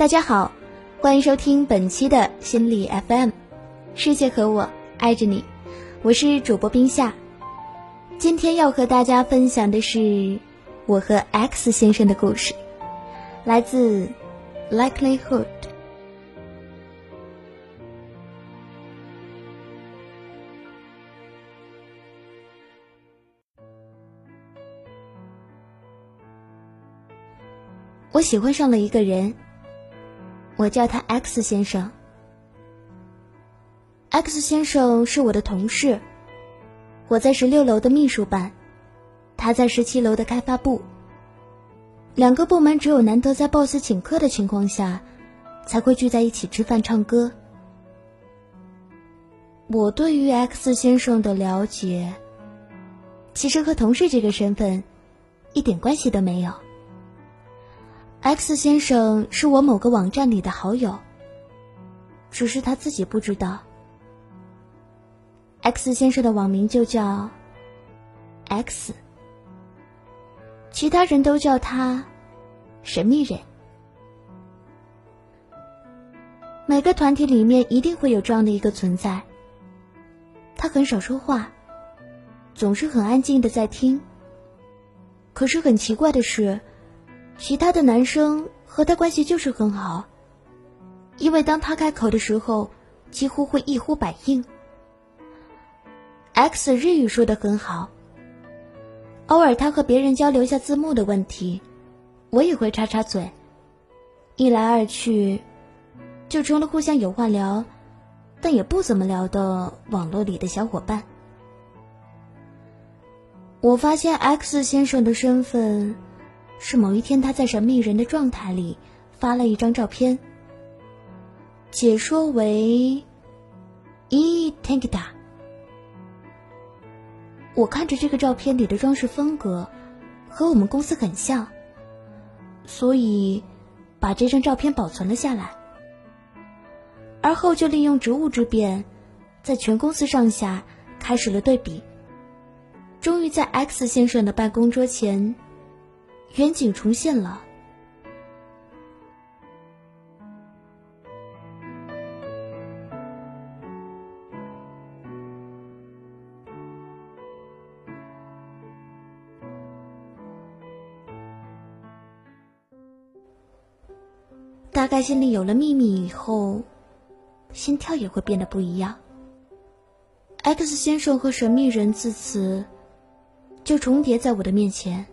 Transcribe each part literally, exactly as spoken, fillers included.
大家好，欢迎收听本期的心理 F M， 世界和我爱着你，我是主播冰夏。今天要和大家分享的是我和 X 先生的故事，来自 Likelihood。我喜欢上了一个人，我叫他 X 先生。X 先生是我的同事，我在十六楼的秘书办，他在十七楼的开发部。两个部门只有难得在 boss 请客的情况下，才会聚在一起吃饭唱歌。我对于 X 先生的了解，其实和同事这个身份一点关系都没有。X 先生是我某个网站里的好友，只是他自己不知道。X 先生的网名就叫 X， 其他人都叫他神秘人。每个团体里面一定会有这样的一个存在，他很少说话，总是很安静的在听。可是很奇怪的是，其他的男生和他关系就是很好，因为当他开口的时候，几乎会一呼百应。X 日语说得很好，偶尔他和别人交流下字幕的问题，我也会插插嘴，一来二去，就成了互相有话聊，但也不怎么聊的网络里的小伙伴。我发现 X 先生的身份是某一天他在神秘人的状态里发了一张照片，解说为伊 Tankida。 我看着这个照片里的装饰风格和我们公司很像，所以把这张照片保存了下来，而后就利用职务之便，在全公司上下开始了对比。终于在 X 先生的办公桌前远景重现了。大概心里有了秘密以后，心跳也会变得不一样。X 先生和神秘人自此就重叠在我的面前。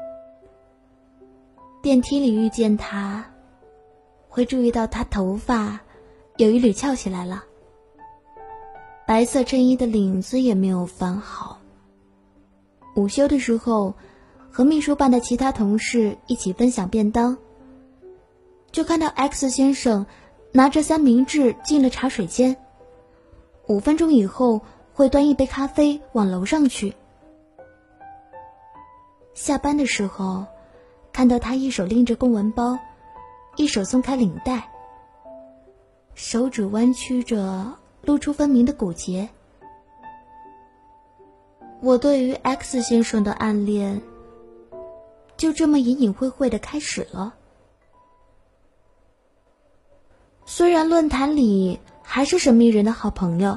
电梯里遇见他，会注意到他头发有一缕翘起来了，白色衬衣的领子也没有翻好。午休的时候，和秘书办的其他同事一起分享便当，就看到 X 先生拿着三明治进了茶水间，五分钟以后会端一杯咖啡往楼上去。下班的时候，看到他一手拎着公文包，一手松开领带，手指弯曲着露出分明的骨节。我对于 X 先生的暗恋就这么隐隐晦晦地开始了。虽然论坛里还是神秘人的好朋友，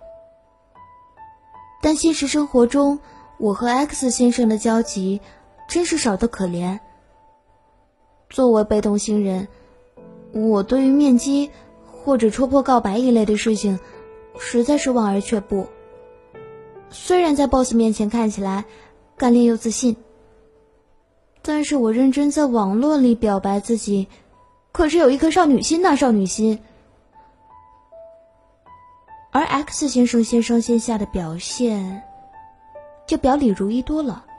但现实生活中我和 X 先生的交集真是少得可怜。作为被动新人，我对于面基或者戳破告白一类的事情实在是望而却步。虽然在 boss 面前看起来干练又自信，但是我认真在网络里表白自己，可是有一颗少女心呐，少女心。而 X 先生线上线下的表现就表里如一多了。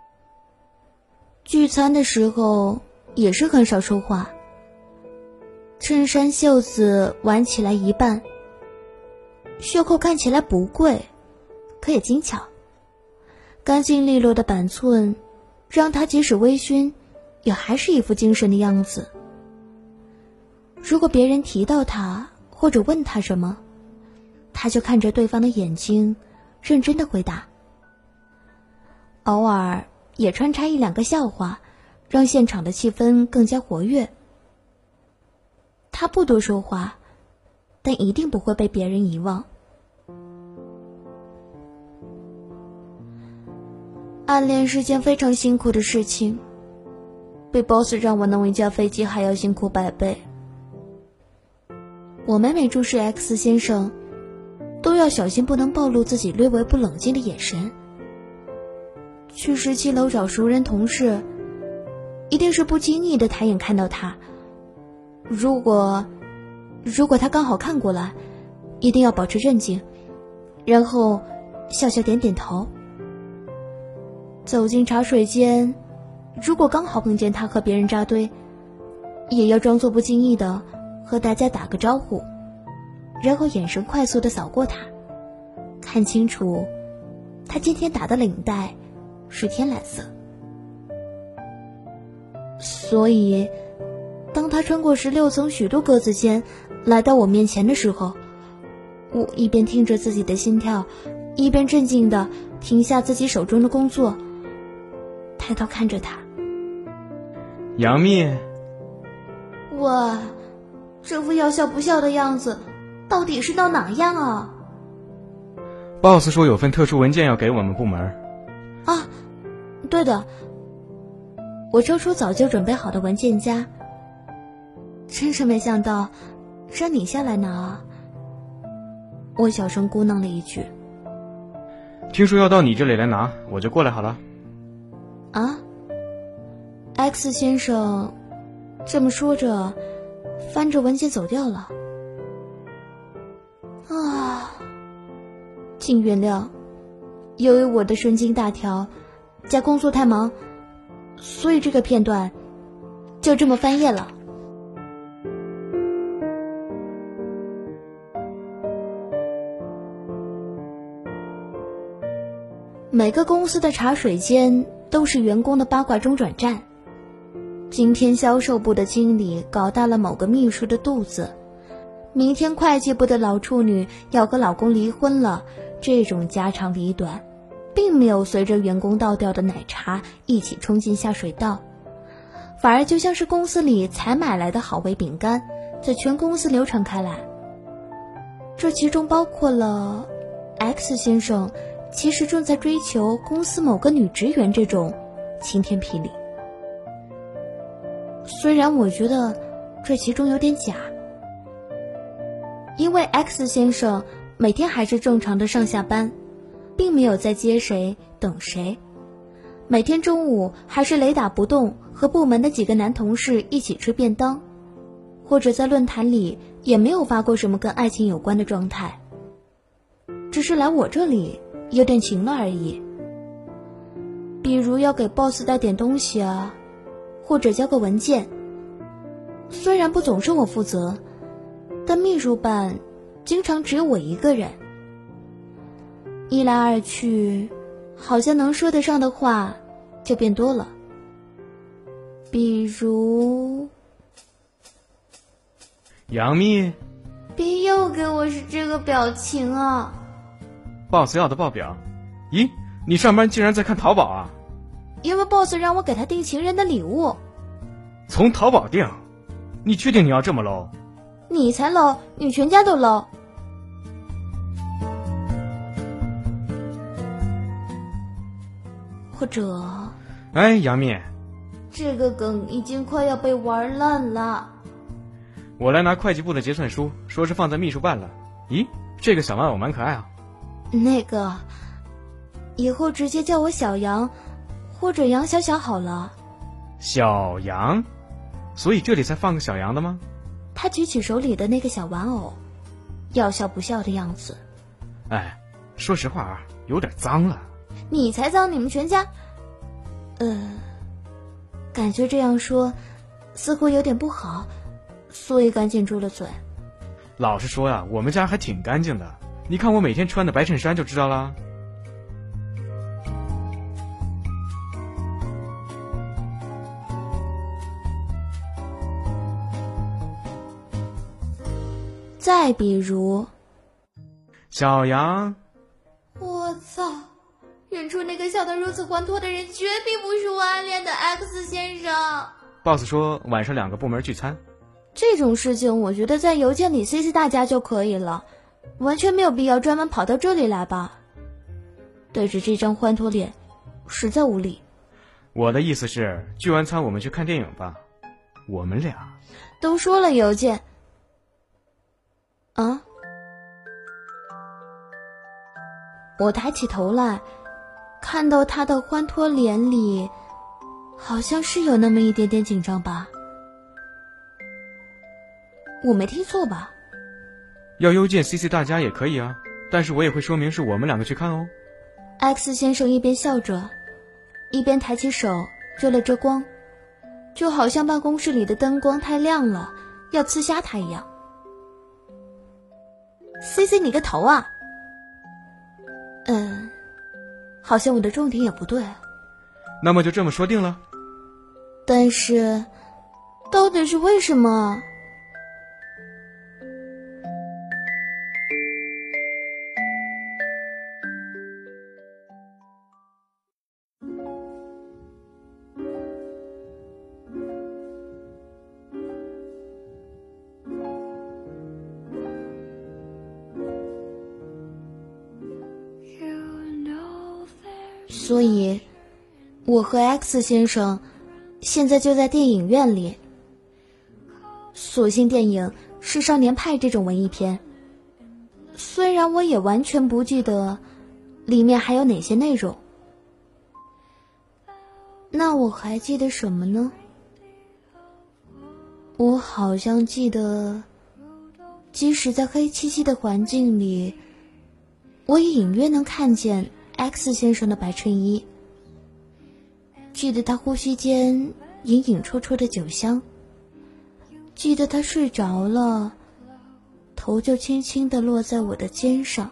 聚餐的时候也是很少说话，衬衫袖子挽起来一半，袖扣看起来不贵，可也精巧，干净利落的板寸让他即使微醺也还是一副精神的样子。如果别人提到他或者问他什么，他就看着对方的眼睛认真的回答，偶尔也穿插一两个笑话，让现场的气氛更加活跃。 他不多说话，但一定不会被别人遗忘。暗恋是件非常辛苦的事情，比 boss 让我弄一架飞机还要辛苦百倍。我每每注视 X 先生，都要小心不能暴露自己略微不冷静的眼神。去十七楼找熟人同事，一定是不经意的抬眼看到他。如果如果他刚好看过来，一定要保持镇静，然后笑笑点点头。走进茶水间，如果刚好碰见他和别人扎堆，也要装作不经意的和大家打个招呼，然后眼神快速的扫过他，看清楚他今天打的领带是天蓝色。所以当他穿过十六层许多格子间来到我面前的时候，我一边听着自己的心跳，一边镇静地停下自己手中的工作，抬头看着他。 杨幂， 哇，这副要笑不笑的样子到底是闹哪样啊？ boss 说有份特殊文件要给我们部门。 啊，对的。我抽出早就准备好的文件夹，真是没想到让你下来拿啊。我小声咕囔了一句。 听说要到你这里来拿，我就过来好了。 啊 X 先生这么说着翻着文件走掉了。啊，请原谅，由于我的神经大条加工作太忙，所以这个片段就这么翻页了。每个公司的茶水间都是员工的八卦中转站。今天销售部的经理搞大了某个秘书的肚子，明天会计部的老处女要和老公离婚了，这种家长里短并没有随着员工倒掉的奶茶一起冲进下水道，反而就像是公司里才买来的好味饼干，在全公司流传开来。这其中包括了 X 先生其实正在追求公司某个女职员这种晴天霹雳。虽然我觉得这其中有点假，因为 X 先生每天还是正常的上下班，并没有在接谁等谁，每天中午还是雷打不动和部门的几个男同事一起吃便当，或者在论坛里也没有发过什么跟爱情有关的状态，只是来我这里有点勤了而已，比如要给 boss 带点东西啊，或者交个文件。虽然不总是我负责，但秘书办经常只有我一个人，一来二去好像能说得上的话就变多了，比如杨幂， 别又给我是这个表情啊。 boss 要的报表。咦，你上班竟然在看淘宝啊？ 因为 boss 让我给他订情人的礼物。 从淘宝订？你确定你要这么 low？ 你才 low， 你全家都 low。 或者哎，杨幂， 这个梗已经快要被玩烂了。 我来拿会计部的结算书，说是放在秘书办了。咦，这个小玩偶蛮可爱啊。 那个以后直接叫我小杨或者杨小小好了。 小杨？所以这里才放个小杨的吗？ 他举起手里的那个小玩偶，要笑不笑的样子。 哎，说实话啊，有点脏了。 你才脏，你们全家。呃，感觉这样说似乎有点不好，所以赶紧住了嘴。 老实说呀，我们家还挺干净的，你看我每天穿的白衬衫就知道啦。 再比如小杨， 我操，远处那个笑得如此欢脱的人绝壁不是我暗恋的 X 先生。 boss 说晚上两个部门聚餐。 这种事情我觉得在邮件里 C C 大家就可以了，完全没有必要专门跑到这里来吧。对着这张欢脱脸，实在无力。 我的意思是，聚完餐我们去看电影吧。我们俩都说了邮件啊。我抬起头来，看到他的欢脱脸里好像是有那么一点点紧张吧。我没听错吧？ 要邮件 C C 大家也可以啊，但是我也会说明是我们两个去看哦。 X 先生一边笑着，一边抬起手遮了遮光，就好像办公室里的灯光太亮了，要刺瞎他一样。C C 你个头啊！嗯，好像我的重点也不对。 那么就这么说定了。 但是，到底是为什么？所以，我和 X 先生现在就在电影院里。所幸电影是《少年派》这种文艺片，虽然我也完全不记得里面还有哪些内容。那我还记得什么呢？我好像记得，即使在黑漆漆的环境里，我也隐约能看见X 先生的白衬衣，记得他呼吸间隐隐绰绰的酒香，记得他睡着了，头就轻轻地落在我的肩上，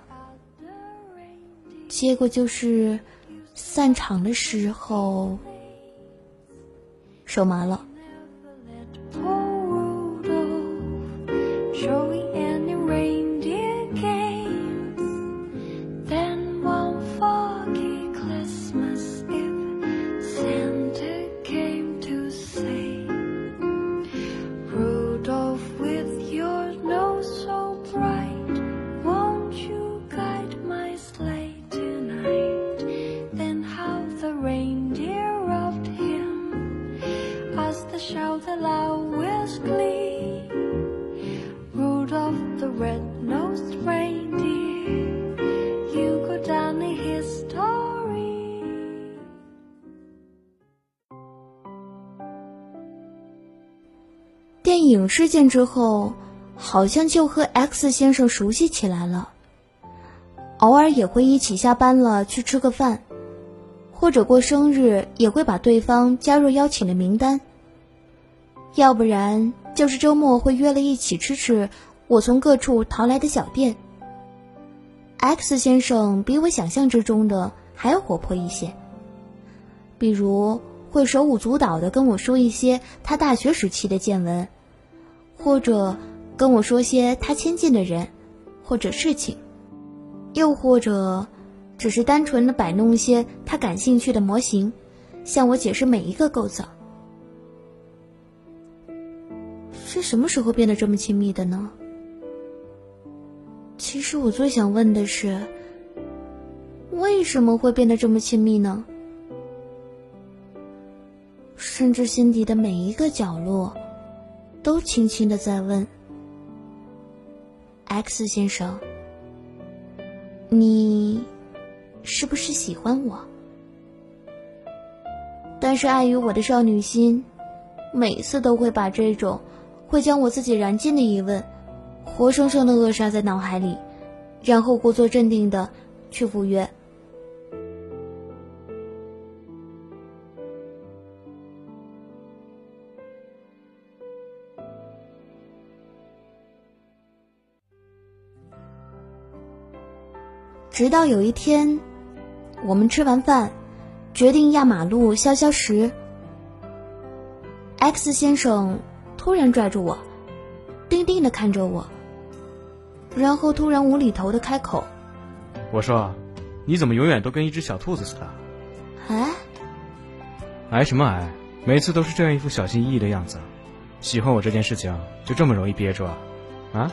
结果就是散场的时候手麻了。电影事件之后，好像就和 X 先生熟悉起来了，偶尔也会一起下班了去吃个饭，或者过生日也会把对方加入邀请的名单，要不然就是周末会约了一起吃吃我从各处淘来的小店。X 先生比我想象之中的还要活泼一些，比如会手舞足蹈地跟我说一些他大学时期的见闻，或者跟我说些他亲近的人或者事情，又或者只是单纯地摆弄些他感兴趣的模型，向我解释每一个构造。是什么时候变得这么亲密的呢？其实我最想问的是，为什么会变得这么亲密呢？甚至心底的每一个角落都轻轻地在问 X 先生，你是不是喜欢我？但是碍于我的少女心，每次都会把这种会将我自己燃尽的疑问活生生地扼杀在脑海里，然后故作镇定地去赴约。直到有一天，我们吃完饭，决定压马路消消食。X 先生突然拽住我，定定地看着我，然后突然无厘头地开口：“ 我说，你怎么永远都跟一只小兔子似的？” 哎， 挨什么挨？每次都是这样一副小心翼翼的样子。 喜欢我这件事情就这么容易憋住啊？啊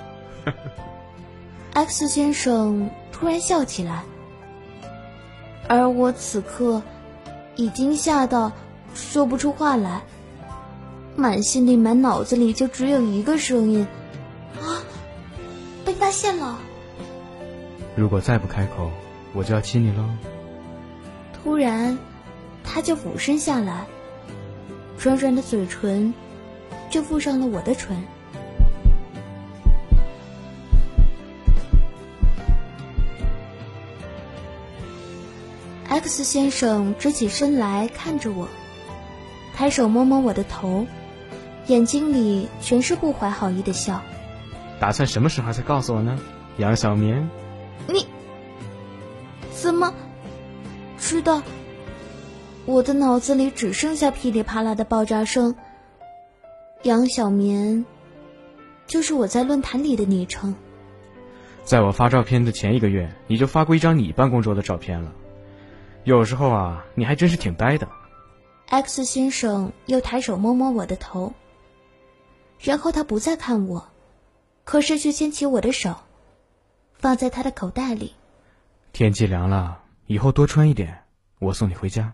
？X 先生突然笑起来，而我此刻已经吓到说不出话来，满心里满脑子里就只有一个声音：啊，被发现了！ 如果再不开口，我就要亲你喽。 突然，他就俯身下来，软软的嘴唇就附上了我的唇。X 先生直起身来看着我，抬手摸摸我的头，眼睛里全是不怀好意的笑。 打算什么时候才告诉我呢？杨小棉， 你怎么知道？我的脑子里只剩下噼里啪啦的爆炸声。杨小棉就是我在论坛里的昵称。 在我发照片的前一个月，你就发过一张你办公桌的照片了。有时候啊，你还真是挺呆的。 X 先生又抬手摸摸我的头，然后他不再看我，可是却牵起我的手放在他的口袋里。 天气凉了，以后多穿一点，我送你回家。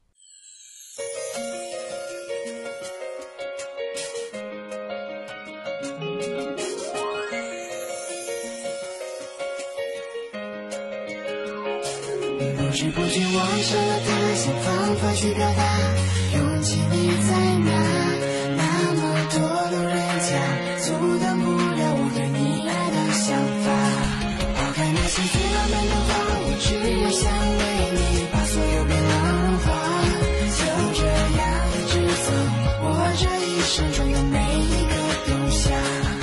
不知不觉望上了他，想方法去表达，勇气你在哪？那么多路人甲，阻挡不了我对你爱的想法。抛开那些最浪漫的话，我只要想为你把所有变浪融化。就这样一直走，我这一生中的每一个冬夏。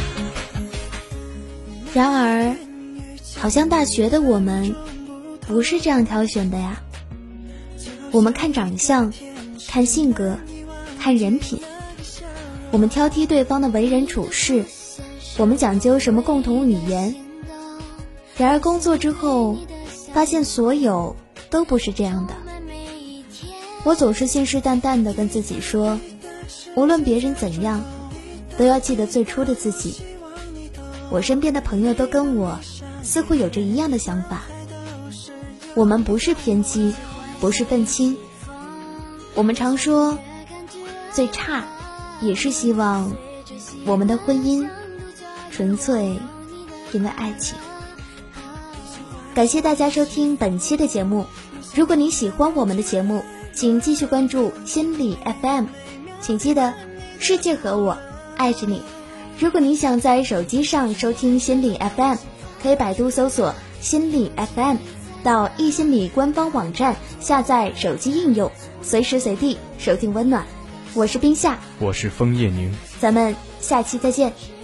然而，好像大学的我们不是这样挑选的呀。我们看长相，看性格，看人品，我们挑剔对方的为人处事，我们讲究什么共同语言。然而工作之后，发现所有都不是这样的。我总是信誓旦旦地跟自己说，无论别人怎样，都要记得最初的自己。我身边的朋友都跟我似乎有着一样的想法。我们不是偏激，不是愤青，我们常说最差也是希望我们的婚姻纯粹因为爱情。感谢大家收听本期的节目，如果你喜欢我们的节目，请继续关注心理 F M， 请记得世界和我爱着你。如果你想在手机上收听心理 F M， 可以百度搜索心理 F M，到易心理官方网站下载手机应用，随时随地收听温暖。我是冰夏， 我是枫叶宁， 咱们下期再见。